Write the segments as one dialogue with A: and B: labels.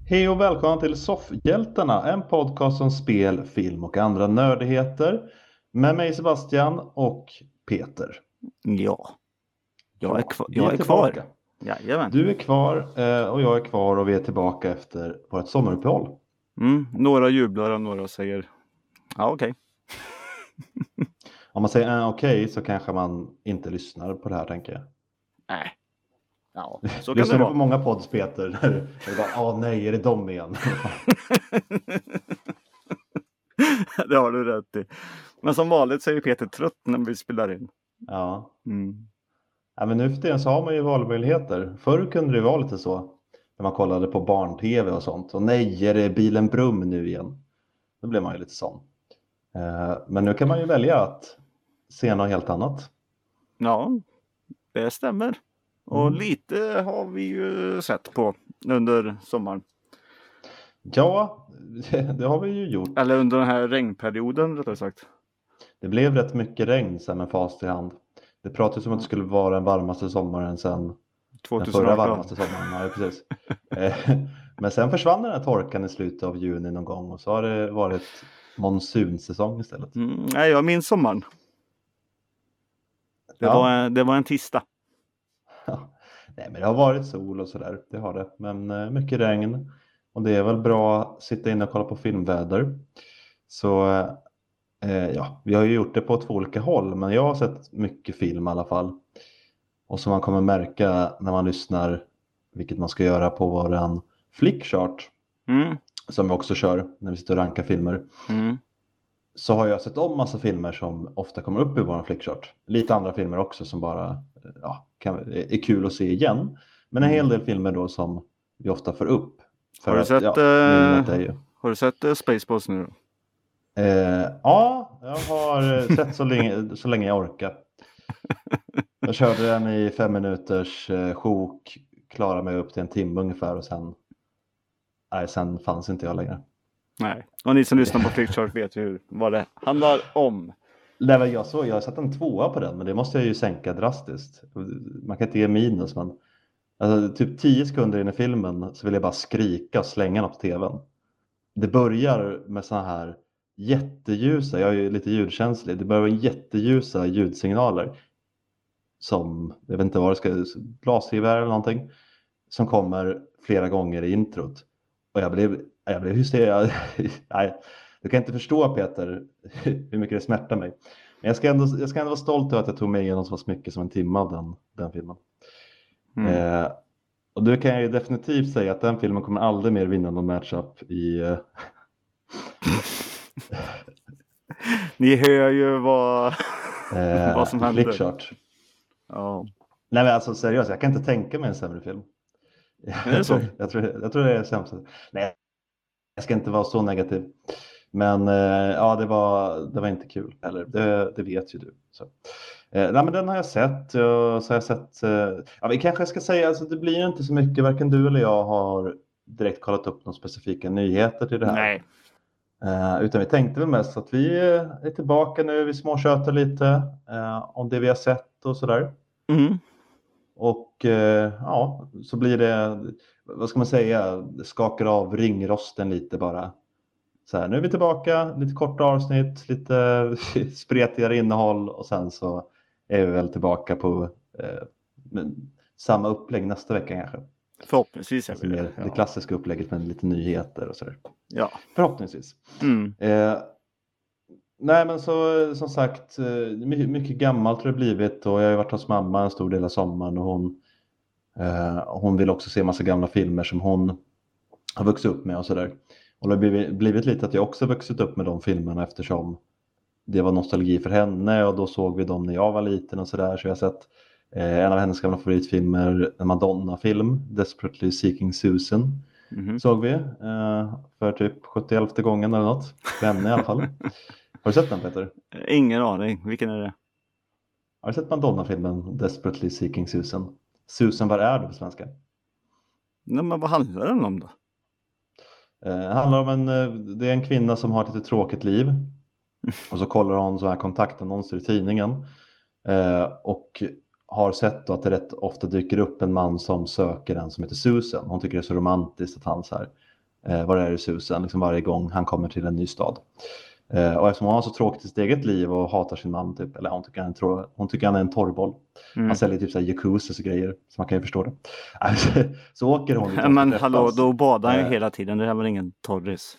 A: Hej och välkomna till Soffhjältarna, en podcast om spel, film och andra nördigheter. Med mig Sebastian och Peter.
B: Ja, jag är kvar.
A: Vi är tillbaka.
B: Jajamän.
A: Du är kvar och jag är kvar och vi är tillbaka efter vårt sommaruppehåll.
B: Några jublar och några säger ja, okej.
A: Om man säger okej så kanske man inte lyssnar på det här, tänker jag.
B: Nej. Ja, så kan
A: Lyssnar
B: det
A: du på
B: vara.
A: många podds, Peter? Där du bara, nej, är det dem igen?
B: Det har du rätt i. Men som vanligt så är Peter trött när vi spelar in.
A: Ja. Ja, men nu för tiden så har man ju valmöjligheter. Förr kunde det vara lite så. När man kollade på barn-tv och sånt. Och nej, är det bilen Brum nu igen? Då blev man ju lite sån. Men nu kan man ju välja att se något helt annat.
B: Ja, det stämmer. Och lite har vi ju sett på under sommaren.
A: Ja, det har vi ju gjort.
B: Eller under den här regnperioden rättare sagt.
A: Det blev rätt mycket regn sen med fast i hand. Det pratades om att det skulle vara den varmaste sommaren sen den förra varmaste sommaren. Ja, precis. Men sen försvann den här torkan i slutet av juni någon gång. Och så har det varit monsunsäsong istället.
B: Nej, jag minns sommaren. Det var en tisdag.
A: Ja. Nej, men det har varit sol och sådär. Det har det. Men mycket regn. Och det är väl bra att sitta inne och kolla på filmväder. Så ja, vi har ju gjort det på 2 olika håll. Men jag har sett mycket film i alla fall. Och som man kommer märka när man lyssnar, vilket man ska göra på våran flickchart. Som jag också kör när vi sitter och rankar filmer. Så har jag sett om massa filmer som ofta kommer upp i våran flickchart. Lite andra filmer också som bara är kul att se igen. Men en hel del filmer då som vi ofta får upp.
B: Har du sett Spaceballs nu?
A: Ja, jag har sett så länge jag orkar. Jag körde den i 5 minuters sjok. Klarade mig upp till en timme ungefär och sen fanns inte jag längre.
B: Nej, och ni som lyssnar på Flickchart vet ju vad det handlar om.
A: Jag har satt en 2 på den, men det måste jag ju sänka drastiskt. Man kan inte ge minus, men alltså, typ 10 sekunder in i filmen så vill jag bara skrika och slänga något på tvn. Det börjar med så här jätteljusa, jag är ju lite ljudkänslig, det börjar med jätteljusa ljudsignaler. Som, jag vet inte vad det ska, glasgevär eller någonting. Som kommer flera gånger i introt. Och jag blev hysterisk. Nej, du kan inte förstå, Peter, hur mycket det smärtar mig. Men jag ska ändå vara stolt över att jag tog mig igenom så pass mycket som en timme av den filmen. Och du kan jag ju definitivt säga att den filmen kommer aldrig mer vinna någon matchup i...
B: Ni hör ju vad som händer.
A: Flickchart.
B: Ja.
A: Nej, men alltså seriöst, jag kan inte tänka mig en sämre film.
B: Är det så?
A: Jag tror det är sämst. Nej, jag ska inte vara så negativ. Men ja, det var inte kul heller. Det vet ju du. Så. Nej, men den har jag sett. Så har jag sett ja, vi kanske ska säga, alltså, det blir inte så mycket. Varken du eller jag har direkt kollat upp några specifika nyheter till det här.
B: Nej.
A: Utan vi tänkte väl mest att vi är tillbaka nu. Vi småtjötar lite om det vi har sett och sådär. Och ja, så blir det, vad ska man säga, skakar av ringrosten lite bara. Så här, nu är vi tillbaka, lite korta avsnitt, lite spretigare innehåll och sen så är vi väl tillbaka på samma upplägg nästa vecka kanske.
B: Förhoppningsvis.
A: Alltså det klassiska upplägget med lite nyheter och sådär.
B: Ja.
A: Förhoppningsvis. Nej, men så som sagt, mycket gammalt har det blivit och jag har ju varit hos mamma en stor del av sommaren och hon vill också se massa gamla filmer som hon har vuxit upp med och sådär. Och det har blivit lite att jag också vuxit upp med de filmerna eftersom det var nostalgi för henne och då såg vi dem när jag var liten och sådär. Så jag har sett en av hennes gamla favoritfilmer, en Madonna-film, Desperately Seeking Susan. Såg vi för typ 71:e gången eller något. För henne i alla fall. Har du sett den, Peter?
B: Ingen aning. Vilken är det?
A: Har du sett Madonna-filmen Desperately Seeking Susan? Susan, var är du på svenska?
B: Nej, men vad handlar den om då?
A: Det handlar om det är en kvinna som har ett lite tråkigt liv. Och så kollar hon så här kontaktannonser i tidningen. Och har sett då att det rätt ofta dyker upp en man som söker en som heter Susan. Hon tycker det är så romantiskt att han så här vad det är i Susan, liksom varje gång han kommer till en ny stad. Och eftersom hon har så tråkigt i sitt eget liv och hatar sin man typ, eller hon tycker han är en torrboll. Han säljer typ så här jacuzzis och grejer, så man kan ju förstå det. Så åker hon dit.
B: Men hallå, då badar han ju hela tiden, det här var ingen torris.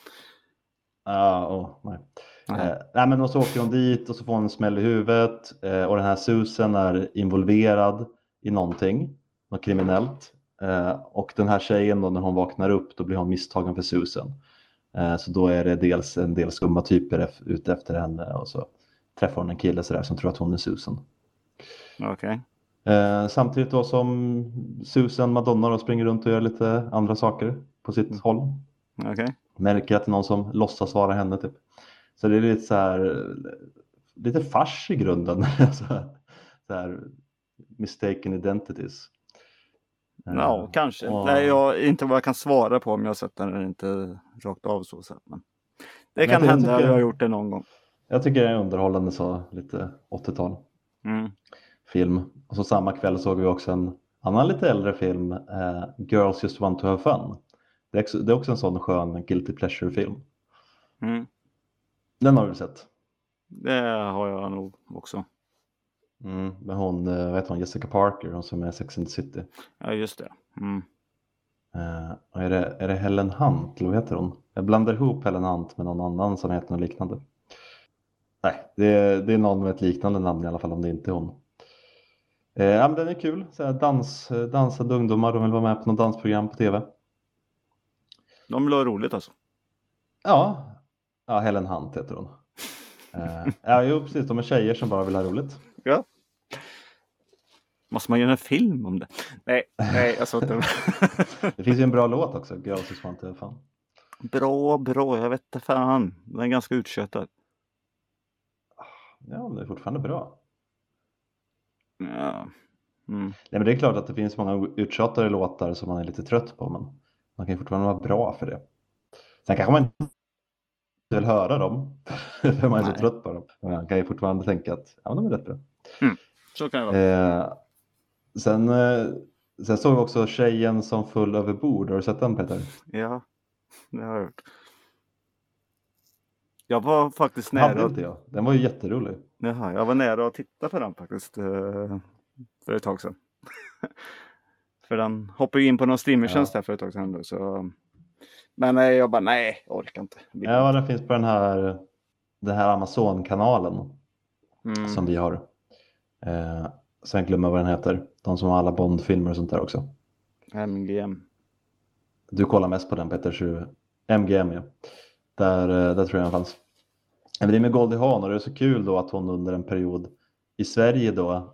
A: Nej. Nej, men så åker hon dit och så får hon en smäll i huvudet, och den här Susan är involverad i något kriminellt, och den här tjejen då, när hon vaknar upp, då blir hon misstagen för Susan. Så då är det dels en del skumma typer ute efter henne, och så träffar hon en kille så där som tror att hon är Susan.
B: Okej.
A: Samtidigt då som Susan Madonna då springer runt och gör lite andra saker på sitt håll.
B: Okej.
A: Märker att det är någon som låtsas vara henne typ. Så det är lite så här, lite fars i grunden. Så här mistaken identities.
B: Ja, kanske. Nej, jag inte vad jag kan svara på om jag har sett den eller inte rakt av så sett. Men det kan hända att jag har gjort det någon gång.
A: Jag tycker det är underhållande, så lite 80-tal film. Och så samma kväll såg vi också en annan lite äldre film, Girls Just Want To Have Fun. Det är också en sån skön guilty pleasure-film. Den har du sett?
B: Det har jag nog också.
A: Men hon, vad heter hon? Jessica Parker, hon som är Sex and the City.
B: Ja, just det.
A: Och är det Helen Hunt, eller vad heter hon? Jag blandar ihop Helen Hunt med någon annan som heter något liknande. Nej, det är någon med ett liknande namn i alla fall, om det inte är hon. Men den är kul. Så här dansande ungdomar, de vill vara med på något dansprogram på tv.
B: De vill ha roligt alltså.
A: Ja, Helen Hunt heter hon. Jo, precis. De är tjejer som bara vill ha roligt.
B: Ja. Måste man göra en film om det? Nej, jag såg inte.
A: Det finns ju en bra låt också, Girls Just Want To Have Fun.
B: Bra, jag vet inte fan. Den är ganska utköttad.
A: Ja, det är fortfarande bra.
B: Ja.
A: Nej, men det är klart att det finns många uttjatade låtar som man är lite trött på, men man kan ju fortfarande vara bra för det. Sen kanske man inte vill höra dem, för man är så trött på dem. Men man kan ju fortfarande tänka att de är rätt bra.
B: Så kan det vara.
A: Sen såg vi också Tjejen som full över bord. Har du sett den, Peter?
B: Ja, det har jag hört. Jag var faktiskt nära.
A: Hade inte jag. Den var ju jätterolig.
B: Jaha, jag var nära att titta på den faktiskt för ett tag sedan. För den hoppade ju in på någon streamertjänst där för ett tag sedan. Då, så... Men jag bara, jag orkar inte.
A: Ja, den finns på den här Amazon-kanalen som vi har. Sen glömmer vad den heter. De som har alla Bond-filmer och sånt där också.
B: MGM.
A: Du kollar mest på den, Peter. MGM, ja. Där tror jag den fanns. Men det är med Goldie Hawn, och det är så kul då att hon under en period i Sverige då,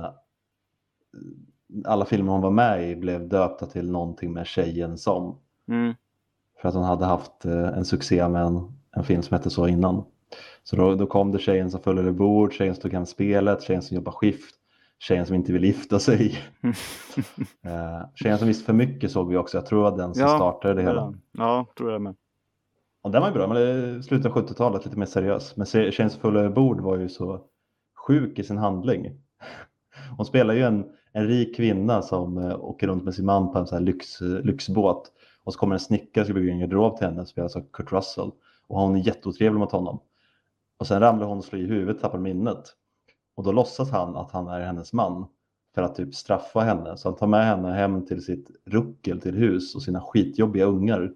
A: alla filmer hon var med i blev döpta till någonting med Tjejen som. För att hon hade haft en succé med en film som hette så innan. Så då kom det Tjejen som föll över bord, Tjejen som tog hem spelet, Tjejen som jobbar skift, Tjejen som inte vill gifta sig. Tjejen som visste för mycket såg vi också. Jag tror att den som startade det hela.
B: Ja, tror jag med.
A: Och den var ju bra, men det slutet av 70-talet lite mer seriös. Men Tjejen som föll över bord var ju så sjuk i sin handling. Hon spelar ju en rik kvinna som åker runt med sin man på en sån här lyxbåt. Och så kommer en snickare och ska bygga en garderob till henne, spelas av Kurt Russell. Och hon är jätteotrevlig mot honom. Och sen ramlar hon och slår i huvudet, tappar minnet. Och då låtsas han att han är hennes man för att typ straffa henne. Så han tar med henne hem till sitt ruckel till hus och sina skitjobbiga ungar.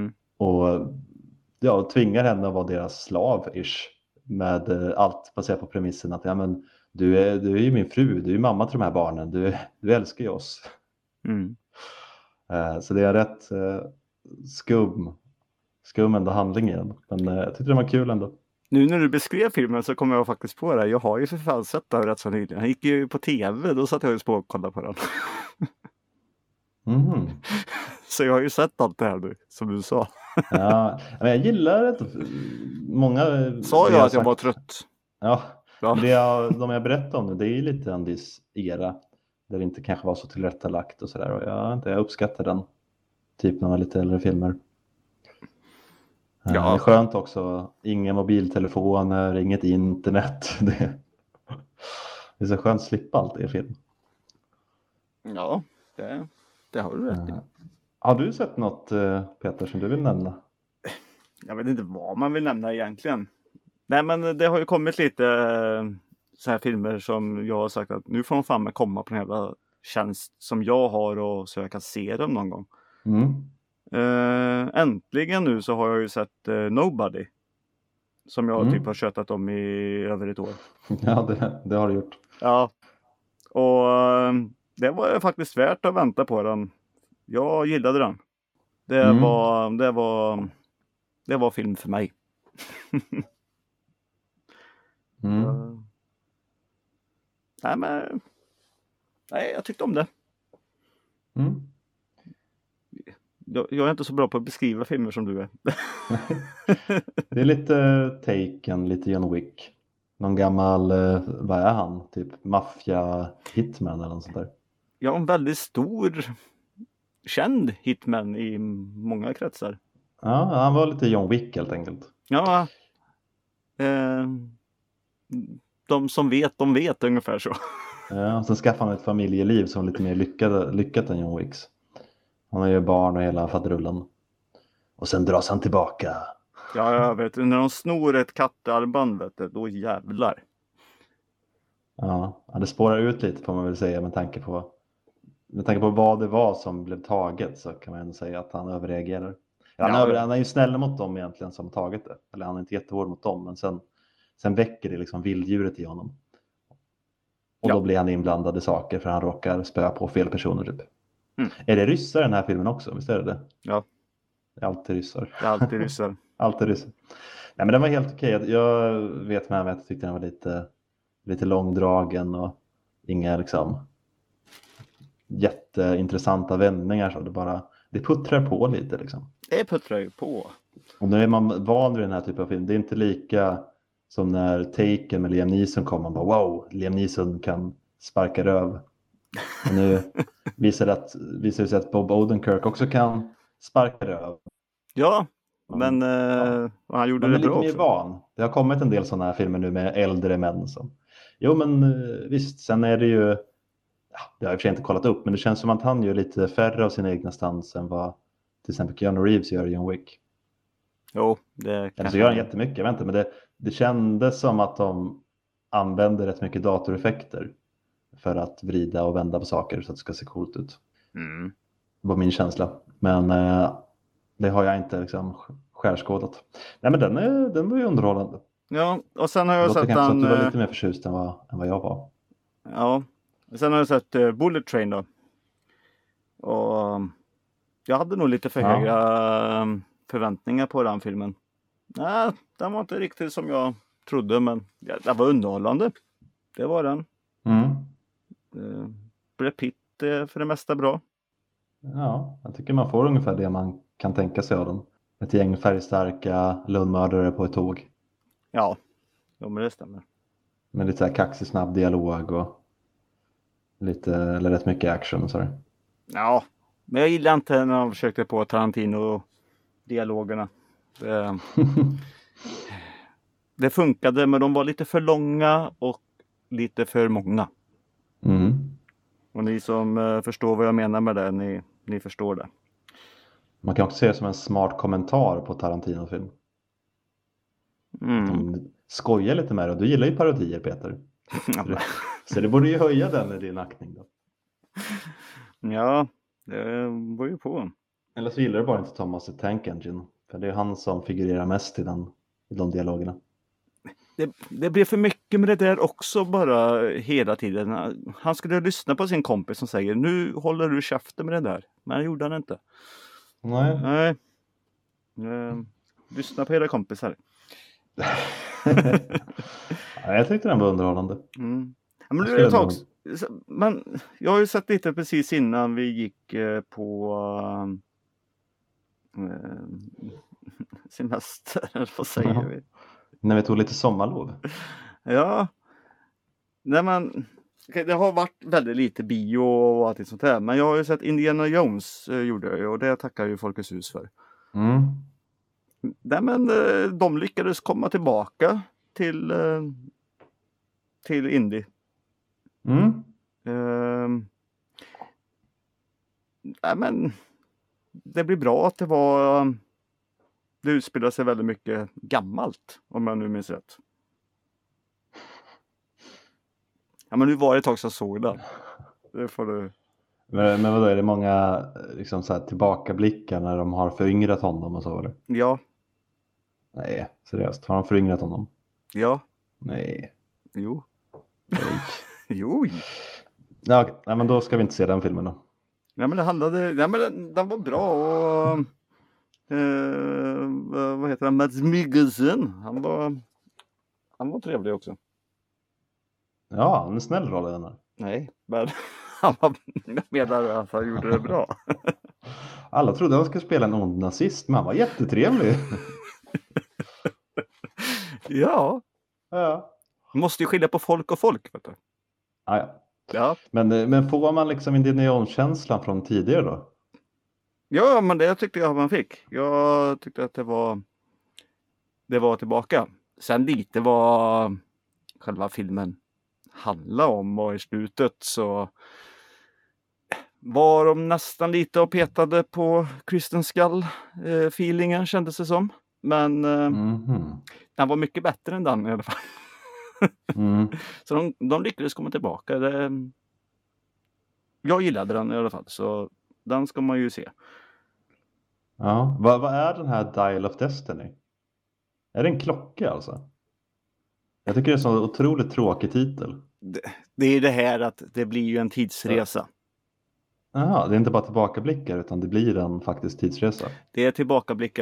A: Och tvingar henne att vara deras slav-ish. Med allt baserat på premissen att du är ju min fru, du är ju mamma till de här barnen. Du älskar ju oss. Så det är rätt skum ändå handling i den. Men jag tyckte det var kul ändå.
B: Nu när du beskrev filmen så kommer jag faktiskt på det. Jag har ju för fan sett den rätt så nyligen. Han gick ju på tv, då satt jag ju på och kollade på den. Så jag har ju sett allt det här nu, som du sa.
A: Ja, men jag gillar det. Många...
B: Sa jag att jag var trött?
A: Ja. De jag berättade om nu, det är ju lite en viss era. Där det inte kanske var så tillrättalagt och sådär. Och jag uppskattar den typen av lite äldre filmer. Ja. Det är skönt också. Inga mobiltelefoner, inget internet. Det är så skönt att slippa allt det i film.
B: Ja, det har du rätt i.
A: Har du sett något Peter som du vill nämna?
B: Jag vet inte vad man vill nämna egentligen. Nej, men det har ju kommit lite så här filmer som jag har sagt att nu får de fan med komma på den jävla tjänst som jag har och så jag kan se dem någon gång.
A: Mm.
B: Äntligen nu så har jag ju sett Nobody. Som jag typ har
A: Mm.
B: tjötat om i över ett år.
A: Ja, det har du gjort.
B: Ja, och det var faktiskt värt att vänta på den. Jag gillade den. Det var film för mig.
A: Mm.
B: Nej, jag tyckte om det.
A: Mm.
B: Jag är inte så bra på att beskriva filmer som du är.
A: Det är lite Taken, lite John Wick. Någon gammal, vad är han? Typ maffia hitman eller något sånt där.
B: Jag är en väldigt stor känd hitman i många kretsar.
A: Ja, han var lite John Wick helt enkelt.
B: Ja, de som vet, de vet ungefär så.
A: Ja, och sen skaffade han ett familjeliv som var lite mer lyckat än John Wicks. Han har ju barn och hela faderullen. Och sen dras han tillbaka.
B: Ja, jag vet. När de snor ett kattarmband, vet du, då jävlar.
A: Ja, det spårar ut lite får man väl säga med tanke på vad det var som blev taget, så kan man ändå säga att han överreagerar. Han är ju snäll mot dem egentligen som tagit det. Eller han är inte jättehård mot dem, men sen väcker det liksom vilddjuret i honom. Och då blir han inblandad i saker för han råkar spöa på fel personer typ.
B: Mm.
A: Är det ryssar i den här filmen också? Visst är det?
B: Ja.
A: Det är alltid ryssar.
B: Det är alltid ryssar.
A: Alltid ryssar. Nej, men den var helt okej. Jag vet med mig att jag tyckte den var lite långdragen och inga liksom jätteintressanta vändningar. Så det puttrar på lite liksom.
B: Det puttrar ju på.
A: Och nu är man van vid den här typen av film. Det är inte lika som när Taken med Liam Neeson kom. Man bara wow, Liam Neeson kan sparka röv. Och nu visar det sig att Bob Odenkirk också kan sparka röv.
B: Ja, men han gjorde det bra också. Lite mer
A: van. Det har kommit en del sådana här filmer nu med äldre män. Jo, men visst, sen är det ju... Ja, det har jag i och för sig inte kollat upp, men det känns som att han gör lite färre av sina egna stunts än vad till exempel Keanu Reeves gör i John Wick.
B: Jo, det
A: kan så gör han jättemycket, jag vet inte, men det kändes som att de använder rätt mycket datoreffekter för att vrida och vända på saker så att det ska se coolt ut.
B: Mm.
A: Det var min känsla. Men det har jag inte liksom skärskådat. Nej, men den var ju underhållande.
B: Ja, och sen har jag sett
A: att du var lite mer förtjust än vad jag var.
B: Ja, sen har jag sett Bullet Train då. Och jag hade nog lite för höga förväntningar på den filmen. Nej, den var inte riktigt som jag trodde, men den var underhållande. Det var den. Brad Pitt för det mesta bra.
A: Ja, jag tycker man får ungefär det man kan tänka sig av dem. Ett gäng färgstarka lönnmördare på ett tåg.
B: Ja, men det stämmer.
A: Med lite så här kaxig snabb dialog och rätt mycket action och sådär.
B: Ja, men jag gillar inte när de försökte på Tarantino-dialogerna. Det funkade, men de var lite för långa och lite för många.
A: Mm.
B: Och ni som förstår vad jag menar med det, ni förstår det.
A: Man kan också se det som en smart kommentar på Tarantino-film. De skojar lite med det, och du gillar ju parodier, Peter. Så det borde ju höja den i din aktning då.
B: Ja, det var ju på.
A: Eller så gillar du bara inte Thomas the Tank Engine. För det är han som figurerar mest i de dialogerna.
B: Det blev för mycket med det där också bara hela tiden. Han skulle lyssna på sin kompis som säger nu håller du käften med det där. Men det gjorde han inte. Nej. Lyssna på era kompisar.
A: Jag tyckte den var underhållande.
B: Ja, men jag har ju sett lite precis innan vi gick på semester. Vad säger vi?
A: När vi tog lite sommarlov.
B: Ja. Nej, men det har varit väldigt lite bio och allt sånt här. Men jag har ju sett Indiana Jones gjorde jag ju, och det tackar ju Folkets hus för. Nej, men de lyckades komma tillbaka till Indy. Nej, men det blir bra att det utspelar sig väldigt mycket gammalt, om jag nu minns rätt. Ja, men nu var det ett tag sedan jag såg den. Det får du...
A: Men vadå, är det många liksom så här tillbakablickar när de har föryngrat honom och så eller?
B: Ja,
A: Nej, seriöst. Har de föryngrat honom?
B: ja,
A: Nej.
B: jo.
A: Nej.
B: Jo.
A: Ja, okej. Nej, men då ska vi inte se den filmen då.
B: Ja, men det handlade... Ja, men den var bra och... vad heter han? Mads Mikkelsen. Han var trevlig också.
A: Ja, en snäll roll i den här.
B: Nej, men jag menar att han gjorde det bra.
A: Alla trodde han skulle spela en ond nazist, men han var jättetrevlig.
B: Ja,
A: Ja.
B: måste ju skilja på folk och folk, vet du.
A: Ah, ja.
B: Ja.
A: Men får man liksom Indiana Jones-känslan från tidigare då?
B: Ja, men det tyckte jag man fick. Jag tyckte att det var tillbaka. Sen lite vad själva filmen handlar om, och i slutet så var de nästan lite och petade på Kristen Skull-feelingen, kändes det som. Men den var mycket bättre än den i alla fall. Så de lyckades komma tillbaka. Jag gillade den i alla fall, så den ska man ju se.
A: Ja, vad är den här Dial of Destiny? Är det en klocka alltså? Jag tycker det är en så otroligt tråkig titel.
B: Det är det här att det blir ju en tidsresa.
A: Jaha, det är inte bara tillbakablickar utan det blir en faktisk tidsresa.
B: Det är tillbakablickar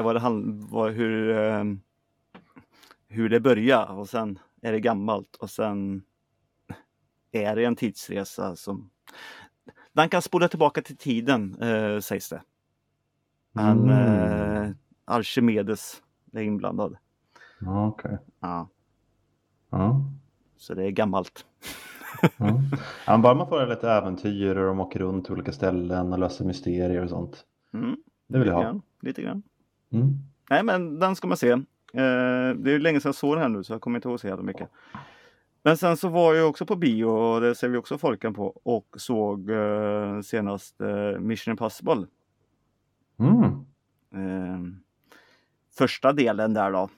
B: hur det börjar, och sen är det gammalt, och sen är det en tidsresa som den kan spola tillbaka till tiden, sägs det. Men Archimedes är inblandad.
A: Okej.
B: Ja.
A: Ja.
B: Så det är gammalt.
A: Ja, bara man får lite äventyr och de åker runt till olika ställen och löser mysterier och sånt. Det vill jag ha.
B: Lite grann. Nej, men den ska man se. Det är ju länge sedan jag såg den här nu, så jag kommer inte ihåg så jävla mycket. Men sen så var jag också på bio, och det ser vi också folken på, och såg senast Mission Impossible. Första delen där då.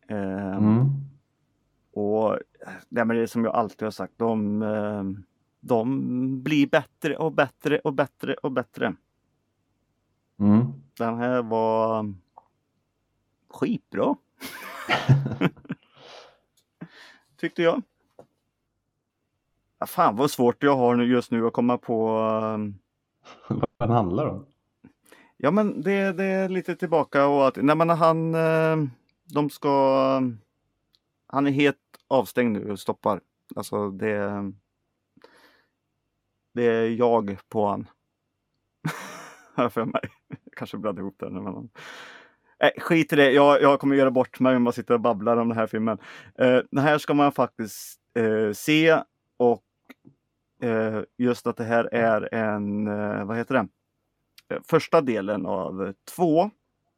B: Och det är som jag alltid har sagt, de blir bättre och bättre och bättre och bättre. Den här var skitbra. Tyckte jag. Ja, fan vad svårt jag har just nu att komma på
A: vad den handlar om.
B: Ja, men det är lite tillbaka, och att när man han är helt avstängd nu och stoppar. Alltså det är jag på han. För mig. Kanske blandade ihop den. Men... skit i det. Jag kommer göra bort mig om jag sitter och babblar om den här filmen. Den här ska man faktiskt se, och just att det här är en, vad heter det? Första delen av 2.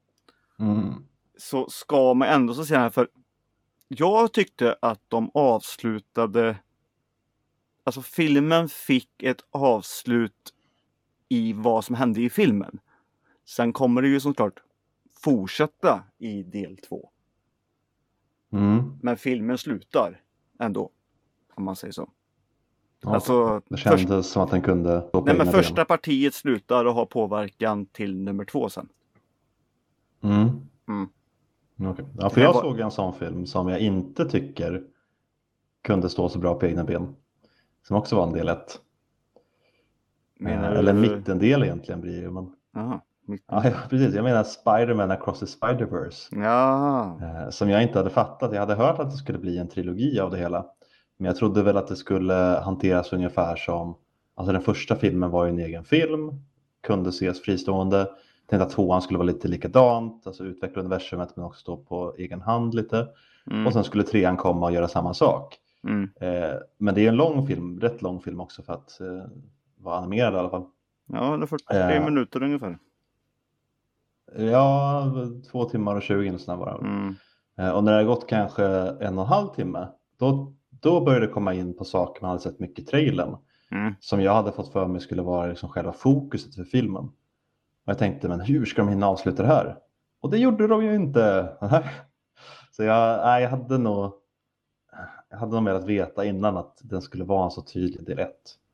B: Så ska man ändå så säga, för jag tyckte att de avslutade, alltså filmen fick ett avslut i vad som hände i filmen. Sen kommer det ju såklart fortsätta i del 2. Men filmen slutar ändå, om man säger så.
A: Ja,
B: alltså,
A: det kändes som att den kunde...
B: Nej, men första partiet slutar och har påverkan till nummer 2 sen.
A: Okay. Ja, för jag såg en sån film som jag inte tycker kunde stå så bra på egna ben. Som också var en del 1. Eller mittendel egentligen blir det. Men...
B: Aha,
A: ja, precis. Jag menar Spider-Man Across the Spider-Verse.
B: Ja.
A: Som jag inte hade fattat. Jag hade hört att det skulle bli en trilogi av det hela. Men jag trodde väl att det skulle hanteras ungefär som... Alltså den första filmen var ju en egen film. Kunde ses fristående. Tänkte att 2:an skulle vara lite likadant. Alltså utveckla universumet men också stå på egen hand lite. Och sen skulle 3:an komma och göra samma sak. Men det är en lång film. Rätt lång film också för att vara animerad i alla fall.
B: Ja, det är 40 minuter ungefär.
A: Ja, 2 timmar och 20 nästan bara. Och när det har gått kanske 1,5 timme. Då började det komma in på saker man hade sett mycket i trailern. Som jag hade fått för mig skulle vara liksom själva fokuset för filmen. Och jag tänkte, men hur ska de hinna avsluta det här? Och det gjorde de ju inte. Så jag hade nog velat veta innan att den skulle vara en så tydlig del 1.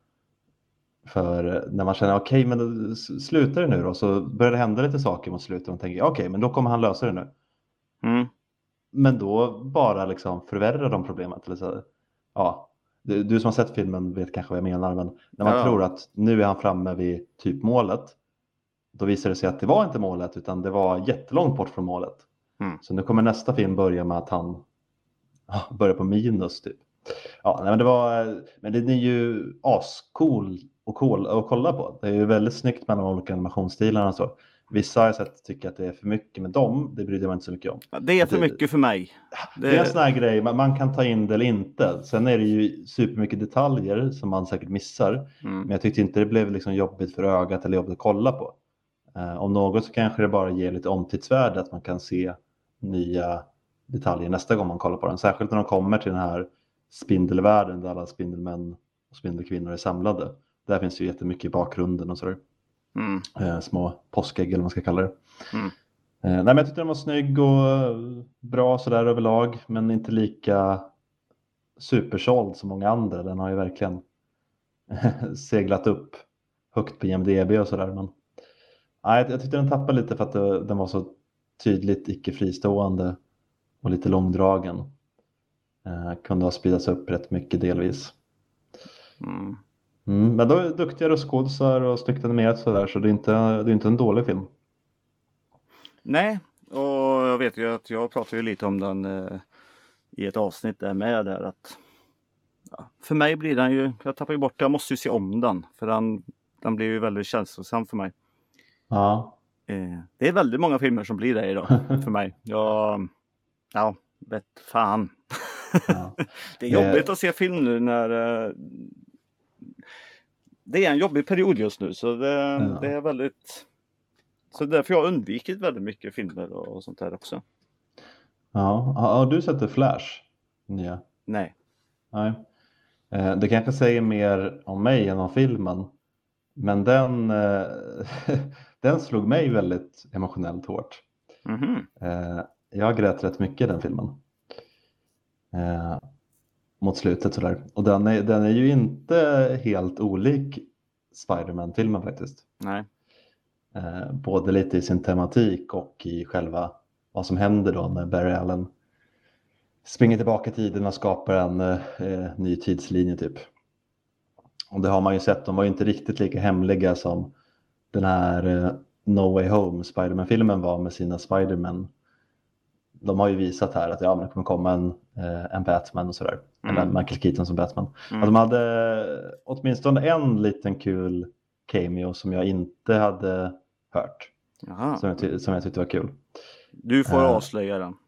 A: För när man känner, okej, men slutar det nu då? Så börjar det hända lite saker mot slutet. Och man tänker, okej, men då kommer han lösa det nu. Men då bara liksom förvärrar de problemet. Eller så, ja, du som har sett filmen vet kanske vad jag menar. Men när man tror att nu är han framme vid typ målet. Då visar det sig att det var inte målet, utan det var jättelångt bort från målet. Så nu kommer nästa film börja med att han börjar på minus typ. Ja, nej, men det är ju ascool att kolla på. Det är ju väldigt snyggt med de olika animationsstilarna och så. Vissa har jag sett tycker att det är för mycket med dem. Det bryr jag mig inte så mycket om.
B: Det är för mycket för mig.
A: Det är en sån här grej, man kan ta in det eller inte. Sen är det ju supermycket detaljer som man säkert missar. Men jag tyckte inte det blev liksom jobbigt för ögat eller jobbigt att kolla på. Om något så kanske det bara ger lite omtidsvärde att man kan se nya detaljer nästa gång man kollar på den. Särskilt när de kommer till den här spindelvärlden där alla spindelmän och spindelkvinnor är samlade. Där finns ju jättemycket i bakgrunden och sådär. Små påskägg eller vad man ska kalla det. Nej, men jag tyckte den var snygg och bra sådär överlag. Men inte lika supersåld som många andra. Den har ju verkligen seglat upp högt på IMDb och sådär. Men jag tyckte den tappade lite för att den var så tydligt icke-fristående och lite långdragen. Kunde ha speedats upp rätt mycket delvis. Men då är duktigare skådisar och snyggt animerat sådär, så det är inte en dålig film.
B: Nej, och jag vet ju att jag pratade ju lite om den i ett avsnitt där med där att för mig blir den ju, jag tappar ju bort det, jag måste ju se om den för den blir ju väldigt känslosam för mig.
A: Ja.
B: Det är väldigt många filmer som blir det idag för mig. Ja, vet fan. Ja. Det är jobbigt att se film nu när det är en jobbig period just nu, så det är väldigt, så därför jag har undvikit väldigt mycket filmer och sånt där också.
A: Ja, har du sett The Flash? Ja.
B: Nej.
A: Det kanske säger mer om mig än om filmen. Men den slog mig väldigt emotionellt hårt. Jag grät rätt mycket i den filmen. Mot slutet sådär. Och den är ju inte helt olik Spider-Man-filmen faktiskt.
B: Nej.
A: Både lite i sin tematik och i själva vad som händer då när Barry Allen springer tillbaka i tiden och skapar en ny tidslinje typ. Och det har man ju sett, de var ju inte riktigt lika hemliga som den här No Way Home Spider-Man-filmen var med sina Spider-Man. De har ju visat här att men det kommer komma en Batman och sådär. Eller Michael Keaton som Batman. Och de hade åtminstone en liten kul cameo som jag inte hade hört. Som jag tyckte var kul.
B: Du får avslöja den.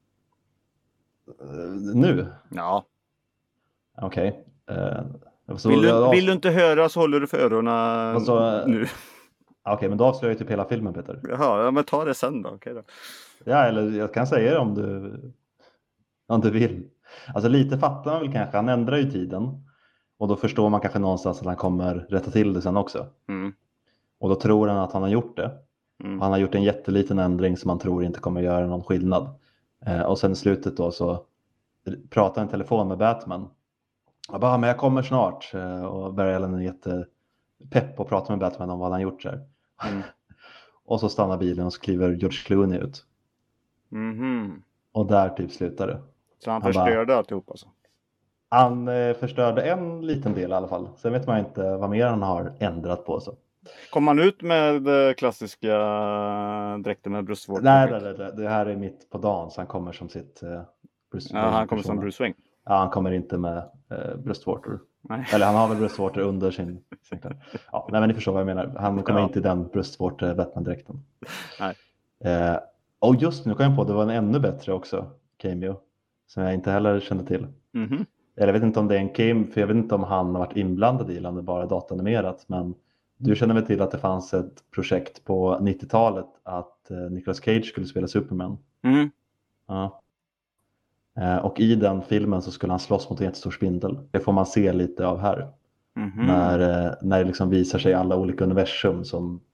A: Nu?
B: Ja.
A: Okej.
B: Vill du inte höra så håller du för öronen nu.
A: Okej, men då avslöjar jag typ hela filmen, Peter.
B: Jaha, men ta det sen då. Okej då.
A: Ja, eller jag kan säga det om du vill. Alltså lite fattar man väl kanske. Han ändrar ju tiden. Och då förstår man kanske någonstans att han kommer rätta till det sen också. Och då tror han att han har gjort det. Han har gjort en jätteliten ändring som man tror inte kommer göra någon skillnad. Och sen i slutet då så pratar han i telefon med Batman. Jag bara, men jag kommer snart. Och Barry Allen är jättepepp och pratar med Batman om vad han gjort så här. Och så stannar bilen och så kliver George Clooney ut. Och där typ slutar det.
B: Så han förstörde alltihop alltså?
A: Han förstörde en liten del i alla fall. Sen vet man inte vad mer han har ändrat på. Så.
B: Kom han ut med klassiska dräkter med bröstvårtor?
A: Nej, det här är mitt på dagen. Så han kommer som sitt
B: Bruce Wayne. Han kommer som Bruce Wayne?
A: Ja, han kommer inte med bröstvårtor.
B: Nej.
A: Eller han har väl bröstvårtor under sin kläder. Ja, nej, men ni förstår vad jag menar. Han kommer inte i den bröstvårtor-Batman-dräkten.
B: Nej.
A: Och just nu kan jag på det var en ännu bättre också cameo. Som jag inte heller kände till. Eller jag vet inte om det är en cameo. För jag vet inte om han har varit inblandad i. Eller om det bara är datanimerat. Men du känner väl till att det fanns ett projekt på 90-talet. Att Nicolas Cage skulle spela Superman. Ja. Och i den filmen så skulle han slåss mot en jättestor spindel. Det får man se lite av här. När det liksom visar sig alla olika universum som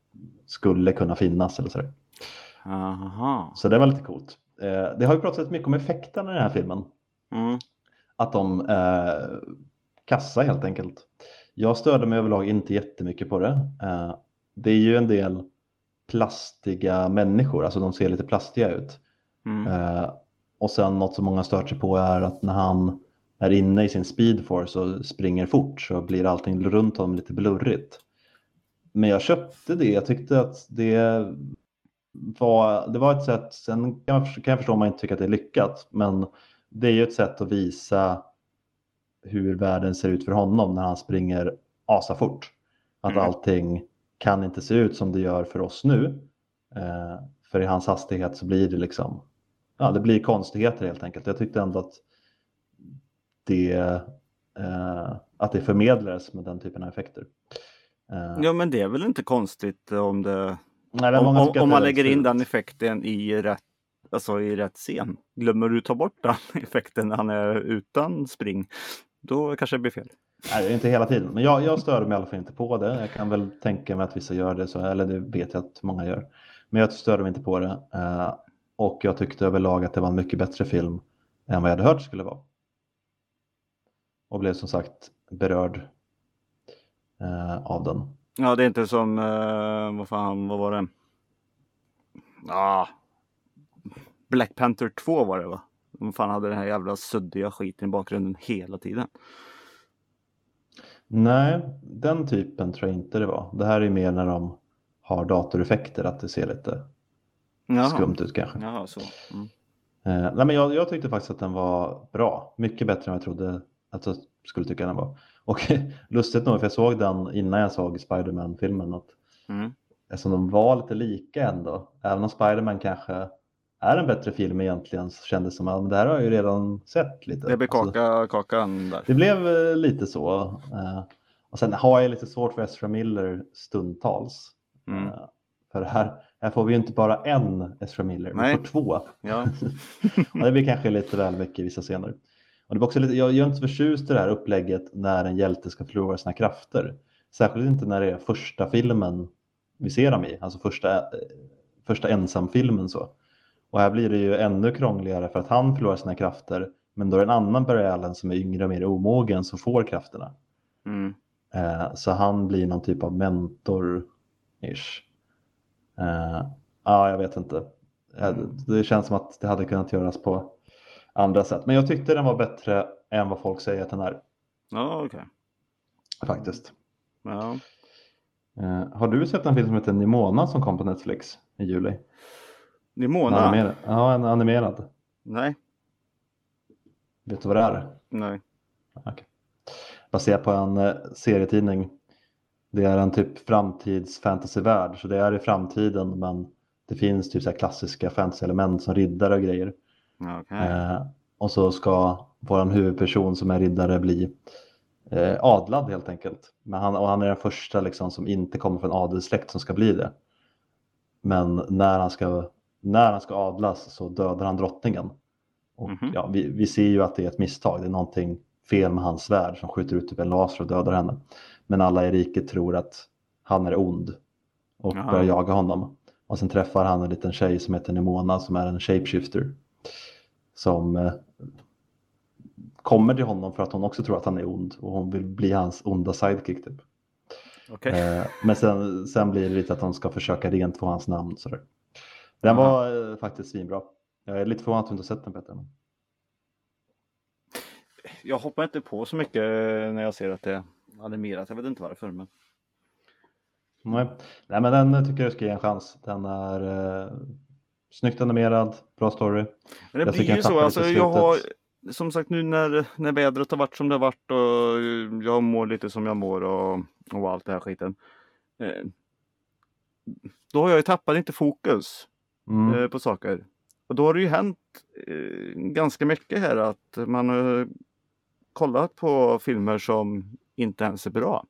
A: skulle kunna finnas eller sådär.
B: Aha.
A: Så det var lite coolt. Det har ju pratat mycket om effekterna i den här filmen.
B: Mm.
A: Att de kassa helt enkelt. Jag störde mig överlag inte jättemycket på det. Det är ju en del plastiga människor, alltså de ser lite plastiga ut. Och sen något som många stört sig på är att när han är inne i sin speedforce och springer fort så blir allting runt honom lite blurrigt. Men jag köpte det, jag tyckte att det var ett sätt, sen kan jag förstå om man inte tycker att det är lyckat, men det är ju ett sätt att visa hur världen ser ut för honom när han springer asafort. Att allting kan inte se ut som det gör för oss nu. För i hans hastighet så blir det liksom, det blir konstigheter helt enkelt. Jag tyckte ändå att det förmedlades med den typen av effekter.
B: Ja, men det är väl inte konstigt om det...
A: Nej,
B: om man lägger in den effekten i rätt scen. Glömmer du ta bort den effekten när han är utan spring, då kanske det blir fel.
A: Nej, det är inte hela tiden. Men jag stör mig i alla fall inte på det. Jag kan väl tänka mig att vissa gör det, eller det vet jag att många gör. Men jag stör mig inte på det. Och jag tyckte överlag att det var en mycket bättre film än vad jag hade hört skulle vara. Och blev som sagt berörd av den.
B: Ja, det är inte som, vad var det? Black Panther 2 var det, va? De fan hade den här jävla suddiga skiten i bakgrunden hela tiden.
A: Nej, den typen tror jag inte det var. Det här är mer när de har datoreffekter, att det ser lite skumt ut kanske.
B: Jaha, så.
A: Nej, men jag tyckte faktiskt att den var bra. Mycket bättre än jag trodde att jag skulle tycka den var. Och lustigt nog, för jag såg den innan jag såg Spider-Man-filmen, att eftersom de var lite lika ändå, även om Spider-Man kanske är en bättre film egentligen, så kändes det som att det här har jag ju redan sett lite.
B: Det blev kakan där.
A: Det blev lite så. Och sen har jag lite svårt för Ezra Miller stundtals. För här får vi ju inte bara en Ezra Miller, vi får två.
B: Ja.
A: Och det blir kanske lite väl mycket i vissa scener. Och det var också lite, jag är inte så förtjust i det här upplägget när en hjälte ska förlora sina krafter. Särskilt inte när det är första filmen vi ser dem i, alltså första ensamfilmen så. Och här blir det ju ännu krångligare för att han förlorar sina krafter, men då är det en annan Barry Allen som är yngre och mer omogen som får krafterna. Så han blir någon typ av mentor-ish. Jag vet inte. Det känns som att det hade kunnat göras på andra sätt. Men jag tyckte den var bättre än vad folk säger att den är.
B: Ja, okej.
A: Faktiskt.
B: Ja.
A: Har du sett en film som heter Nimona som kom på Netflix i juli?
B: Nimona?
A: Ja, en animerad.
B: Nej.
A: Vet du vad det är?
B: Nej.
A: Okay. Baserat på en serietidning. Det är en typ framtids-fantasyvärld. Så det är i framtiden, men det finns typ så här klassiska fantasy-element som riddare och grejer.
B: Okay.
A: Och så ska vår huvudperson som är riddare bli adlad helt enkelt. Men han är den första liksom, som inte kommer från adelssläkt som ska bli det. Men när han ska adlas så dödar han drottningen. Och vi ser ju att det är ett misstag. Det är någonting fel med hans svärd som skjuter ut typ en laser och dödar henne. Men alla i riket tror att han är ond och börjar jaga honom. Och sen träffar han en liten tjej som heter Nimona som är en shapeshifter. Som kommer till honom för att hon också tror att han är ond. Och hon vill bli hans onda sidekick typ.
B: Okay.
A: Men sen blir det lite att de ska försöka rent få hans namn. Så där. Den var faktiskt svinbra. Jag är lite förvånad att du inte har sett den, Peter.
B: Jag hoppar inte på så mycket när jag ser att det är animerat. Jag vet inte varför. Men...
A: Nej, men den tycker jag ska ge en chans. Den är snyggt animerad, bra story.
B: Men det blir ju så. Alltså, jag har, som sagt, nu när vädret har varit som det har varit och jag mår lite som jag mår och allt det här skiten. Då har jag ju tappat inte fokus på saker. Och då har det ju hänt ganska mycket här att man har kollat på filmer som inte ens är bra.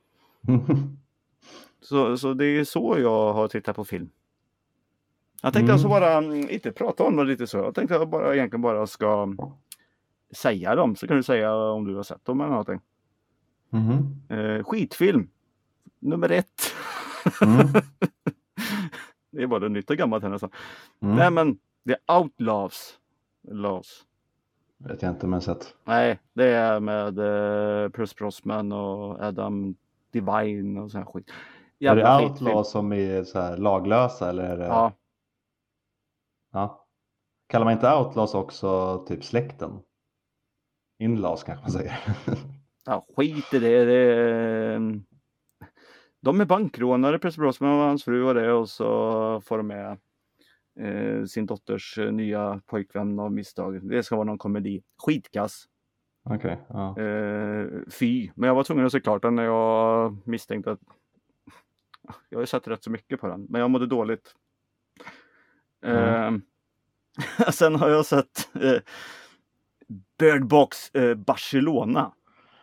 B: Så det är så jag har tittat på film. Jag tänkte alltså bara inte prata om det lite så. Jag tänkte egentligen bara ska säga dem. Så kan du säga om du har sett dem eller någonting. Skitfilm. Nummer 1. Det är både nytt och gammalt här nästan.
A: Mm.
B: Nej men, det är Outlaws. Laws.
A: Vet jag inte men sett.
B: Nej, det är med Pierce Brosnan och Adam Devine och sån här skit.
A: Är det
B: Jävla
A: outlaw som är så här laglösa eller är det...
B: Ja,
A: Ja. Kallar man inte outlaws också typ släkten? Inlaws kanske man säger.
B: ja, skit i det. De är bankrånare, Pierce Brosnan och hans fru och det. Och så får de med sin dotters nya pojkvän av misstag. Det ska vara någon komedi. Skitkass.
A: Okej, ja.
B: Fy. Men jag var tvungen att se klart den när jag misstänkte att jag har ju sett rätt så mycket på den. Men jag mådde dåligt. Sen har jag sett Bird Box Barcelona.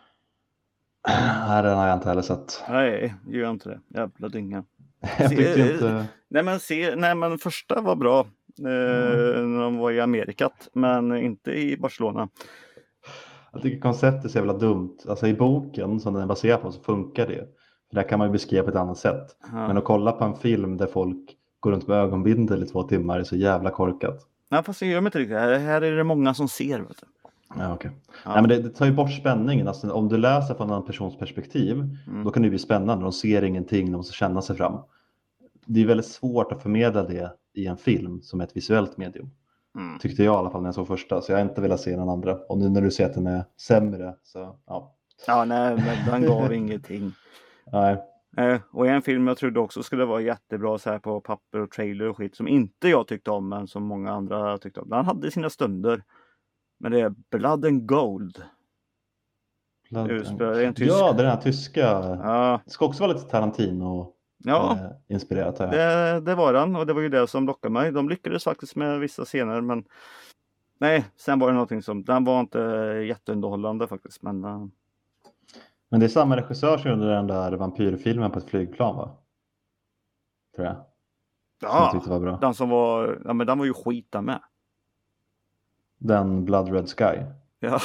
A: Nej, den har jag inte heller sett.
B: Nej, gör inte det. Jävla dynga.
A: Jag tyckte inte...
B: Nej men första var bra. När de var i Amerikat. Men inte i Barcelona.
A: Jag tycker konceptet är så jävla dumt. Alltså i boken som den är baserad på så funkar det. För där kan man ju beskriva på ett annat sätt.
B: Ja.
A: Men att kolla på en film där folk går runt med ögonbindel i 2 timmar är så jävla korkat.
B: Nej, fast det gör mig inte riktigt. Här är det många som ser. Vet du.
A: Ja, okej.
B: Ja.
A: Nej, men det tar ju bort spänningen. Alltså, om du läser från en annan persons perspektiv, då kan det bli spännande. De ser ingenting, de måste känna sig fram. Det är väldigt svårt att förmedla det i en film som är ett visuellt medium. Tyckte jag i alla fall när jag såg första. Så jag har inte velat se den andra. Och nu när du säger att den är sämre så ja.
B: Ja, nej, men den gav ingenting.
A: Nej.
B: Och en film jag trodde också skulle vara jättebra så här på papper och trailer och skit som inte jag tyckte om men som många andra tyckte om. Den hade sina stunder. Men det är Blood and Gold.
A: Ja,
B: det är en tysk.
A: Ja, den här tyska.
B: Ja,
A: Det ska också vara lite Tarantino
B: ja
A: inspirerat här.
B: det var den och det var ju det som lockade mig. De lyckades faktiskt med vissa scener men nej, sen var det någonting som, den var inte jätteunderhållande faktiskt men
A: Men det är samma regissör som gjorde den där vampyrfilmen på ett flygplan va? Tror jag. Som jag tyckte var bra.
B: den som var, ja men den var ju skit där med.
A: Den Blood Red Sky.
B: Ja.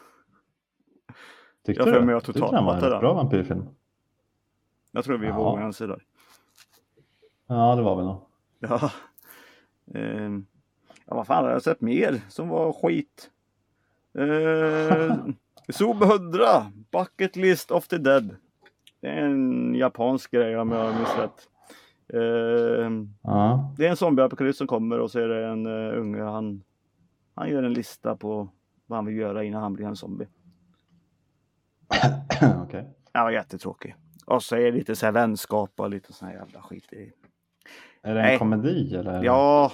A: Tyckte
B: Jag
A: du?
B: för mig att
A: Tyckte den var en rätt bra vampyrfilm?
B: Jag tror vi var oense där.
A: Ja, det var väl nog.
B: Ja. Ja, vad fan har jag sett mer som var skit? Zoom 100, Bucket List of the Dead. Det är en japansk grej om jag minns rätt.
A: Ja.
B: Det är en zombieapokalyps som kommer och så är det en unge, han gör en lista på vad han vill göra innan han blir en zombie.
A: Okej.
B: Det var jättetråkig. Och så är det lite så här vänskap och lite sån här jävla skit i.
A: Är det en komedi eller?
B: Ja,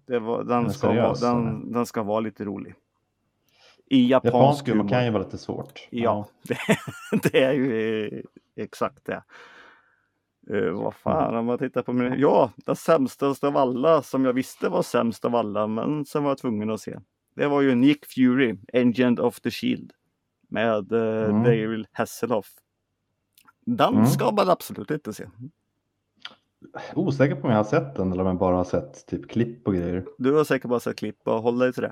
B: den ska vara lite rolig. I japansk humor.
A: Kan ju vara lite svårt.
B: Ja, det är ju exakt det. Vad fan, om man tittar på min... Ja, den sämsta av alla som jag visste var sämst av alla, men som var jag tvungen att se. Det var ju Nick Fury, Agent of the Shield. Med David Hasselhoff. Den ska man absolut inte se.
A: Osäker på om jag har sett den eller om jag bara har sett typ klipp och grejer.
B: Du har säkert bara sett klipp och håll dig till det.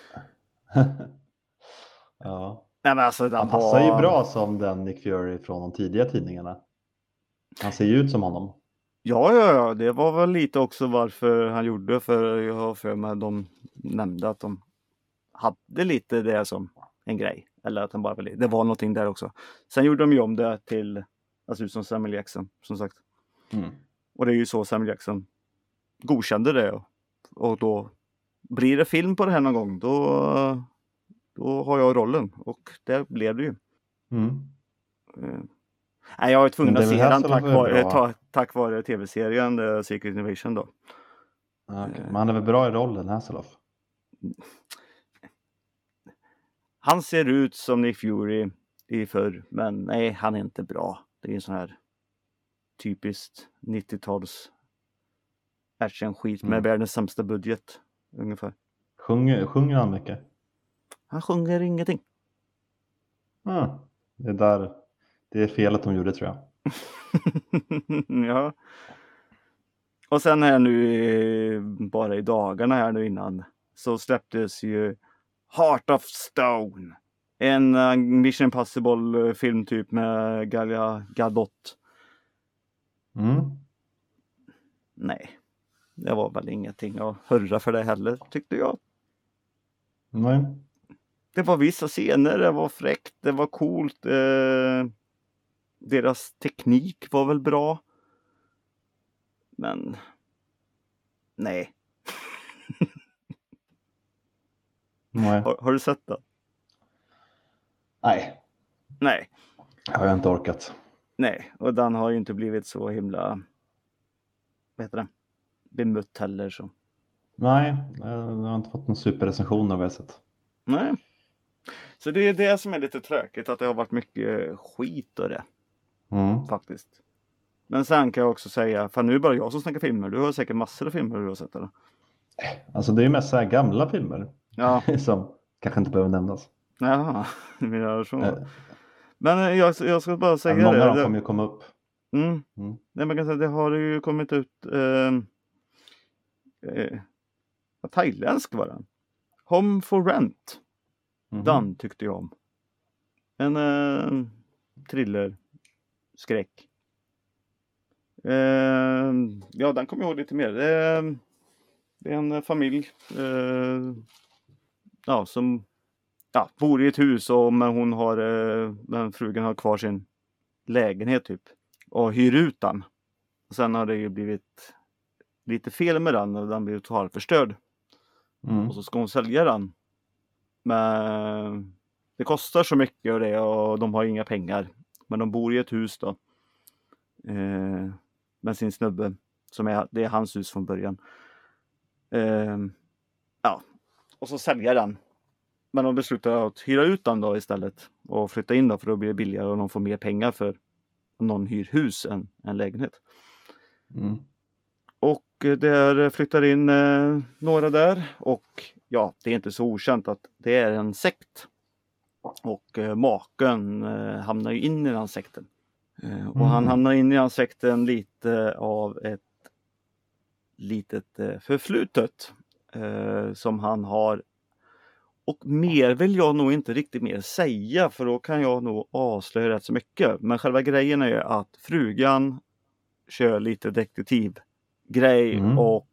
A: Ja.
B: Nej, men alltså,
A: han passar ju bra som den Nick Fury från de tidiga tidningarna. Han ser ju ut som honom.
B: Ja. Det var väl lite också varför han gjorde. För jag har för mig de nämnde att de hade lite det som en grej. Eller att han bara det var någonting där också. Sen gjorde de ju om det till alltså som Samuel Jackson, som sagt. Och det är ju så Samuel Jackson godkände det. Och då blir det film på det här någon gång. Då har jag rollen. Och det blev det ju. Nej, jag var tvungen att se den tack vare tv-serien Secret Invasion då.
A: Okay. Men han är väl bra i rollen, Hasselhoff?
B: Han ser ut som Nick Fury i förr, men nej, han är inte bra. Det är en sån här typiskt 90-tals action-skit med världens sämsta budget, ungefär.
A: Sjunger han mycket?
B: Han sjunger ingenting.
A: Det är felet de gjorde, tror jag.
B: Ja. Och sen här nu, bara i dagarna här nu innan, så släpptes ju Heart of Stone. En Mission Impossible film typ med Gal Gadot. nej. Det var väl ingenting att hurra för det heller, tyckte jag.
A: Nej.
B: Det var vissa scener, det var fräckt, det var coolt. Deras teknik var väl bra. Men nej.
A: Nej.
B: Har du sett det?
A: Nej,
B: Nej.
A: jag har inte orkat.
B: Nej, och den har ju inte blivit så himla, vad heter det, bemött heller så.
A: Nej, jag har inte fått någon superrecension av det sett.
B: Nej. Så det är det som är lite tråkigt, att det har varit mycket skit och det. Faktiskt. Men sen kan jag också säga, för nu är bara jag som snackar filmer. Du har säkert massor av filmer du har sett, eller?
A: Alltså det är ju mest så här gamla filmer.
B: Ja.
A: Som kanske inte behöver nämnas.
B: Jaha, du menar så. Men jag ska bara säga
A: många
B: det.
A: av dem kommer ju komma upp.
B: Nej, man kan säga, det har ju kommit ut thailändsk var den. Home for Rent. Den tyckte jag om. En thriller, skräck. Ja, den kommer jag ihåg lite mer. Det är en familj som bor i ett hus, men men frugan har kvar sin lägenhet typ och hyr ut den. Och sen har det ju blivit lite fel med den och den blir totalt förstörd. Och så ska hon sälja den. Men det kostar så mycket och de har inga pengar. Men de bor i ett hus då. Med sin snubbe. Det är hans hus från början. Och så säljer den. Men de beslutar att hyra ut den då istället. Och flytta in då, för då blir det billigare och de får mer pengar för om någon hyr hus än en lägenhet. Och där flyttar in några där. Och ja, det är inte så okänt att det är en sekt. Och maken hamnar ju in i den sekten. Och han hamnar in i den sekten lite av ett litet förflutet som han har. Och mer vill jag nog inte riktigt mer säga, för då kan jag nog avslöja rätt så mycket. Men själva grejen är ju att frugan kör lite detektivgrej och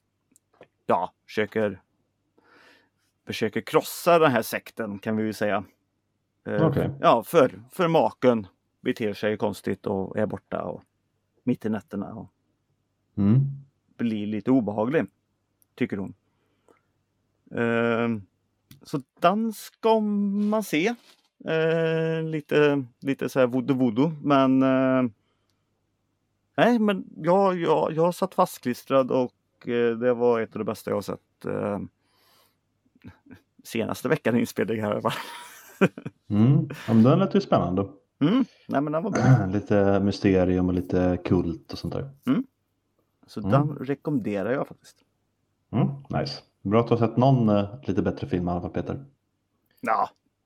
B: försöker krossa den här sekten, kan vi ju säga. Ja, för maken beter sig konstigt och är borta och mitt i nätterna och blir lite obehaglig, tycker hon. Så den ska man se. Lite så här voodoo. Men nej, men jag satt fastklistrad och det var ett av det bästa jag har sett senaste veckan inspelning här.
A: Men den lät ju spännande.
B: Nej, men den var bra.
A: Lite mysterium och lite kult och sånt där.
B: Så den rekommenderar jag faktiskt.
A: Nice. Bra att du har sett någon lite bättre film i alla fall, Peter.
B: Ja.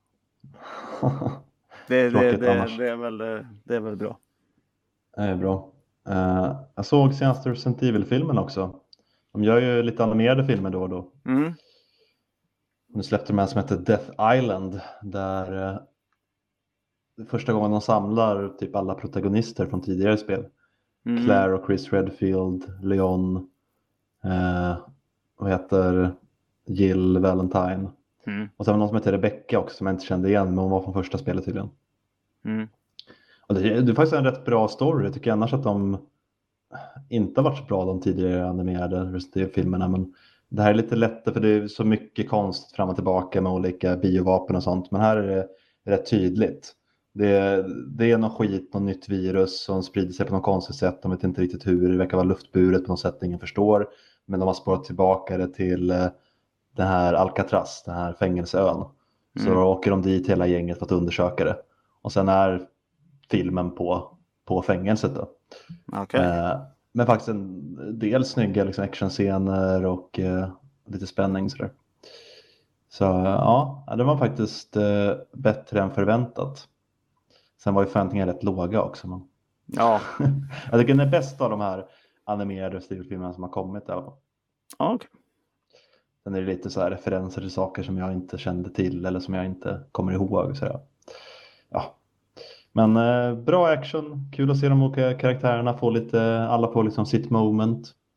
B: Det är väl bra.
A: Det är bra. Jag såg senaste Resident Evil-filmen också. De gör ju lite animerade filmer då och då. Nu släppte de en som heter Death Island. Där första gången de samlar typ alla protagonister från tidigare spel. Claire och Chris Redfield, Leon, vad heter Jill Valentine. Och sen var någon som heter Rebecca också som jag inte kände igen, men hon var från första spelet tydligen. Och det är faktiskt en rätt bra story. Jag tycker annars att de inte har varit så bra, de tidigare animerade Resident Evil-filmerna, men det här är lite lättare för det är så mycket konst fram och tillbaka med olika biovapen och sånt. Men här är det rätt tydligt. Det är någon skit, något nytt virus som sprider sig på något konstigt sätt. De vet inte riktigt hur, det verkar vara luftburet på något sätt, ingen förstår. Men de har spårat tillbaka det till den här Alcatraz, den här fängelseön. Så då åker de dit hela gänget för att undersöka det. Och sen är filmen på fängelset då. Men faktiskt en del snygga liksom actionscener och lite spänning sådär. Så ja, det var faktiskt bättre än förväntat. Sen var ju förväntningarna rätt låga också. Men...
B: Ja.
A: Jag tycker den är bäst av de här animerade stilfilmerna som har kommit.
B: Okay.
A: Sen är det lite så här referenser till saker som jag inte kände till eller som jag inte kommer ihåg. Så ja. Men bra action, kul att se de olika karaktärerna få lite, alla får liksom sitt moment.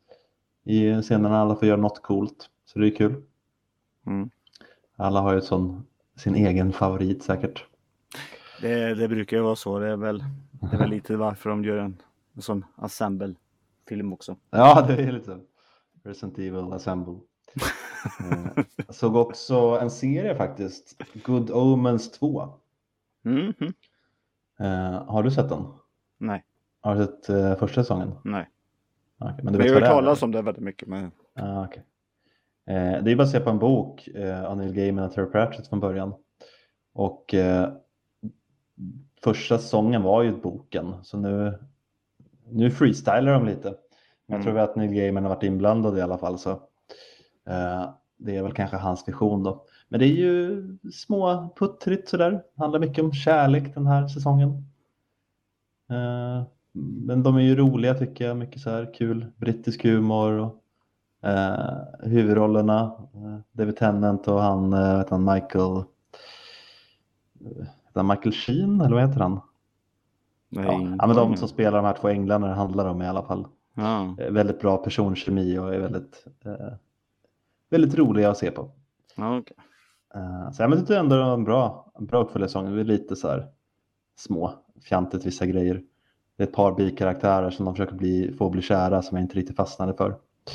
A: i scenen alla får göra något coolt. Så det är kul.
B: Mm.
A: Alla har ju sin egen favorit säkert.
B: Det brukar ju vara så. Det är väl lite varför de gör en sån ensemble-film också.
A: Ja, det är lite Resident Evil Assemble. Jag såg också en serie faktiskt. Good Omens 2.
B: Mm.
A: Har du sett den?
B: Nej.
A: Har du sett första säsongen?
B: Nej.
A: Okay, men
B: Men
A: du
B: jag
A: vet
B: har
A: vad
B: hört
A: det är?
B: talas om det väldigt mycket. Men...
A: Okay. Det är baserat på en bok av Neil Gaiman och Terry Pratchett från början. Och första säsongen var ju boken. Så nu freestylar de lite. Men jag tror att Neil Gaiman har varit inblandad i alla fall. Så det är väl kanske hans vision då. Men det är ju små puttrigt sådär. Det handlar mycket om kärlek den här säsongen. Men de är ju roliga tycker jag. Mycket så här kul brittisk humor. Och, huvudrollerna. David Tennant och han Michael Sheen eller vad heter han?
B: Nej,
A: ja, men de som spelar de här två änglarna det handlar om i alla fall.
B: Ja.
A: Väldigt bra personkemi och är väldigt roliga att se på.
B: Ja, okay.
A: Så jag tycker ändå det var en bra uppföljarsång. Det är lite så här små fjantigt vissa grejer. Det är ett par bikaraktärer som de försöker få bli kära som jag inte riktigt fastnade för.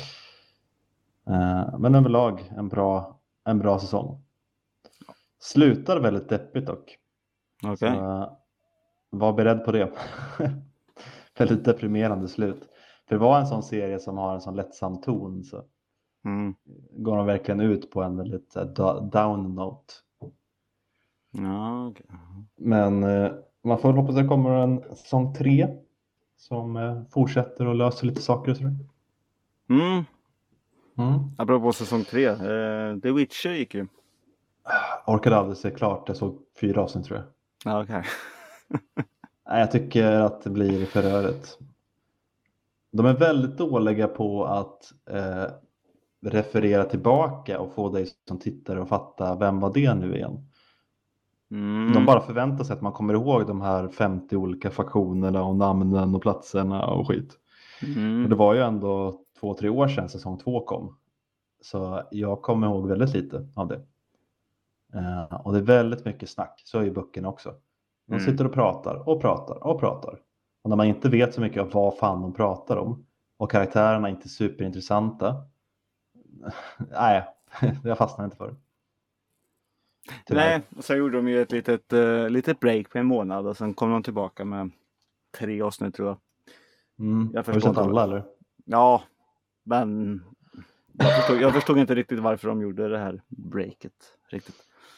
A: Men överlag en bra säsong. Slutar väldigt deppigt dock.
B: Okay.
A: Så var beredd på det. Väldigt deprimerande slut. För det var en sån serie som har en sån lättsam ton så går de verkligen ut på en väldigt down note.
B: Ja, okay.
A: Men man får hoppas att det kommer en säsong 3 som fortsätter och löser lite saker och sådär.
B: Apropå säsong 3, The Witcher gick ju.
A: Jag orkade aldrig se klart, jag såg 4 avsnitt tror jag.
B: Ja, okej.
A: Nej, jag tycker att det blir för rörigt. De är väldigt dåliga på att referera tillbaka och få dig som tittare att fatta vem var det nu igen. De bara förväntar sig att man kommer ihåg de här 50 olika faktionerna och namnen och platserna och skit. Och det var ju ändå 2-3 år sedan säsong 2 kom. Så jag kommer ihåg väldigt lite av det. Och det är väldigt mycket snack, så är ju böckerna också. De sitter och pratar. Och när man inte vet så mycket av vad fan de pratar om och karaktärerna är inte superintressanta. Nej, jag fastnar inte för det. Tyvärr.
B: Nej, och så gjorde de ju ett litet break på en månad och sen kom de tillbaka med 3 avsnitt tror jag.
A: Har du sett alla eller?
B: Ja, men jag förstod inte riktigt varför de gjorde det här breaket riktigt.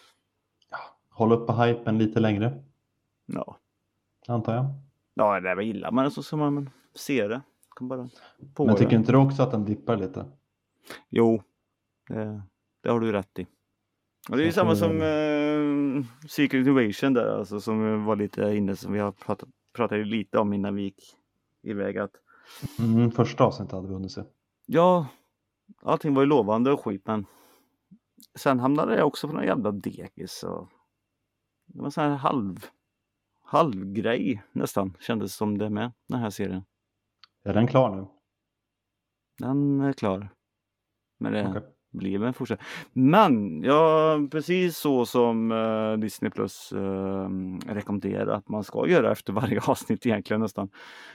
A: Håll upp på hypen lite längre.
B: Ja.
A: Antar jag.
B: Ja, det var illa men så ska man se det.
A: Men tycker inte du också att den dippar lite?
B: Jo, det har du rätt i. Och det är ju samma som Secret Invasion där, alltså, som var lite inne som vi har pratade lite om innan vi gick iväg. Att...
A: första avsnittet hade vi hunnit se.
B: Ja, allting var ju lovande och skit, men sen hamnade jag också på någon jävla dekis. Och... Det var en sån här halvgrej nästan, kändes som det med den här serien.
A: Är den klar nu?
B: Den är klar. Men det blir en fortsätt. Men ja, precis så som Disney Plus rekommenderar att man ska göra efter varje avsnitt egentligen nästan.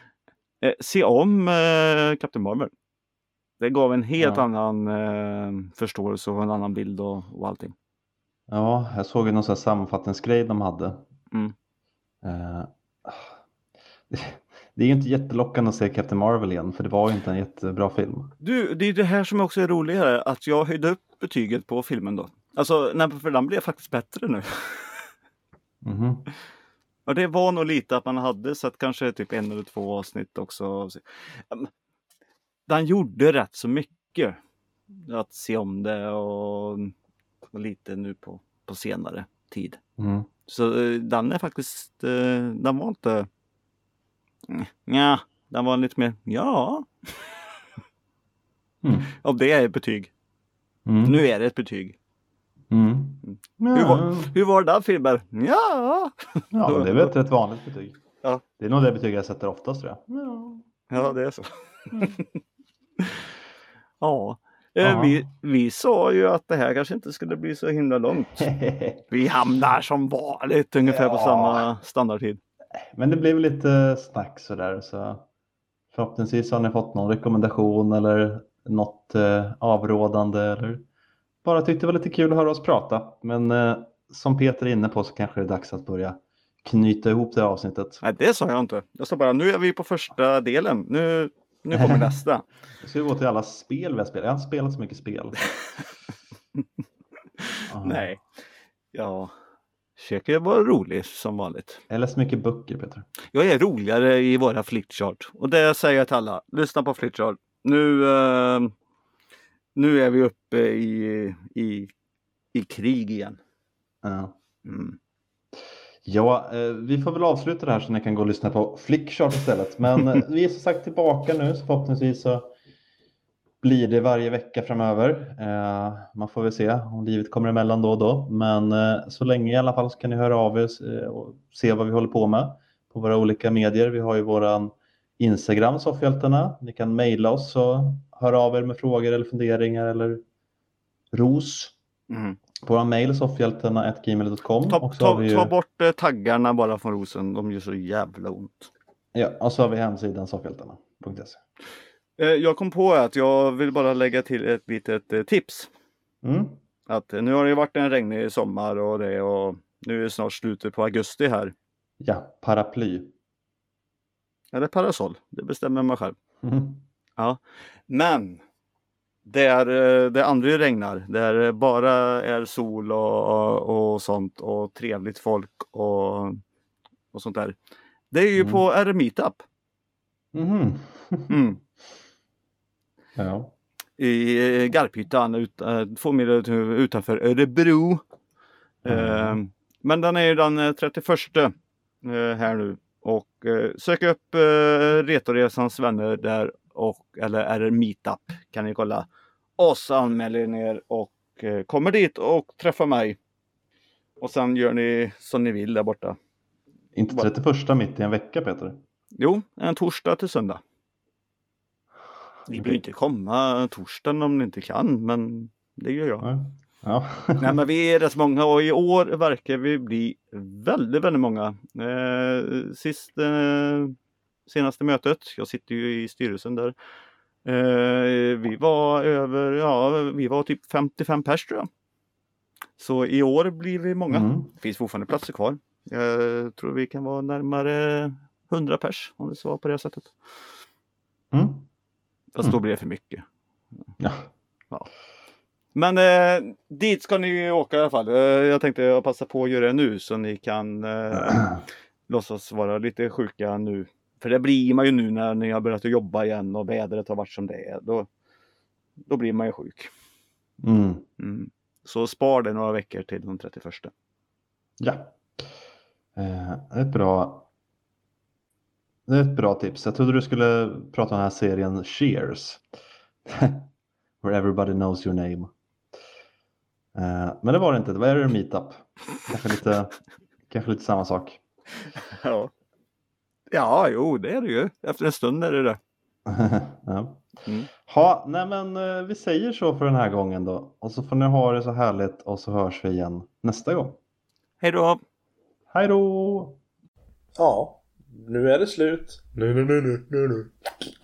B: Se om Captain Marvel. Det gav en helt annan förståelse och en annan bild och allting.
A: Ja, jag såg ju någon sån här sammanfattningsgrej de hade. Det är ju inte jättelockande att se Captain Marvel igen, för det var ju inte en jättebra film.
B: Du, det är det här som också är roligare, att jag höjde upp betyget på filmen då. Alltså, för den blev faktiskt bättre nu. Och det var nog lite att man hade sett kanske typ 1 eller 2 avsnitt också. Den gjorde rätt så mycket att se om det och lite nu på senare tid. Så den är faktiskt, den var inte... Ja, den var lite mer, Om det är ett betyg. Nu är det ett betyg. Hur var det där filmen? Ja,
A: det är väl ett rätt vanligt betyg.
B: Ja.
A: Det är nog det betyg jag sätter oftast tror jag.
B: Ja, det är så. Ja.
A: Ja.
B: Vi sa ju att det här kanske inte skulle bli så himla långt. Vi hamnar som vanligt ungefär på samma standardtid.
A: Men det blev lite snack sådär. Så förhoppningsvis har ni fått någon rekommendation eller något avrådande. Eller bara tyckte det var lite kul att höra oss prata. Men som Peter är inne på så kanske det är dags att börja knyta ihop det avsnittet.
B: Nej, det sa jag inte. Jag sa bara, nu är vi på första delen. Nu kommer nästa.
A: Nu ska vi gå till alla spel vi har spelat. Jag har inte spelat så mycket spel.
B: Nej. Ja. Försöker vara rolig som vanligt.
A: Jag läser mycket böcker, Peter.
B: Jag är roligare i våra flickchart. Och det säger jag till alla. Lyssna på flickchart. Nu är vi uppe i krig igen.
A: Ja.
B: Mm.
A: Ja, vi får väl avsluta det här så ni kan gå och lyssna på Flickchart istället. Men vi är som sagt tillbaka nu, så förhoppningsvis så blir det varje vecka framöver. Man får väl se om livet kommer emellan då och då. Men så länge i alla fall så kan ni höra av er och se vad vi håller på med på våra olika medier. Vi har ju våran Instagram, Soffhjältarna. Ni kan mejla oss och höra av er med frågor eller funderingar eller ros.
B: Mm.
A: På vår mejl soffhjältarna@gmail.com.
B: Ta bort taggarna bara från rosen. De gör så jävla ont.
A: Ja, och så har vi hemsidan soffhjältarna.se.
B: Jag kom på att jag vill bara lägga till ett litet tips.
A: Mm.
B: Att nu har det varit en regnig sommar och nu är det snart slutet på augusti här.
A: Ja, paraply.
B: Eller parasoll, det bestämmer man själv.
A: Mm.
B: Ja. Men där det aldrig regnar, där bara är sol och sånt och trevligt folk och sånt där. Det är ju på Meetup.
A: Mm.
B: Mm.
A: Ja.
B: I Garphyttan 2 mil utanför Örebro. Men den är ju den 31 här nu. Och sök upp Retoresans vänner där eller Meetup kan ni kolla. Och så anmäler ni er och kommer dit och träffar mig. Och sen gör ni som ni vill där borta.
A: Inte 31 mitt i en vecka, Peter?
B: Jo, en torsdag till söndag. Ni behöver inte komma torsdagen om ni inte kan, men det gör jag.
A: Ja.
B: Nej, men vi är rätt många och i år verkar vi bli väldigt, väldigt många. Senaste mötet, jag sitter ju i styrelsen där. Vi var typ 55 pers tror jag. Så i år blir vi många. Det finns fortfarande platser kvar. Jag tror vi kan vara närmare 100 pers om det så var på det sättet. Fast då blir det för mycket.
A: Ja.
B: Men dit ska ni åka i alla fall. Jag tänkte passa på att göra det nu så ni kan låtsas vara lite sjuka nu. För det blir man ju nu när ni har börjat jobba igen och vädret har varit som det är. Då blir man ju sjuk. Så spar det några veckor till den 31.
A: Ja. Det är ett bra tips. Jag trodde du skulle prata om den här serien Cheers. Where everybody knows your name. Men det var det inte. Det var en Meetup. Kanske lite samma sak.
B: Ja, jo, det är det ju. Efter en stund är det.
A: Ja. Nej men vi säger så för den här gången då. Och så får ni ha det så härligt och så hörs vi igen nästa gång.
B: Hej då!
A: Hej då!
C: Ja, nu är det slut. Nu.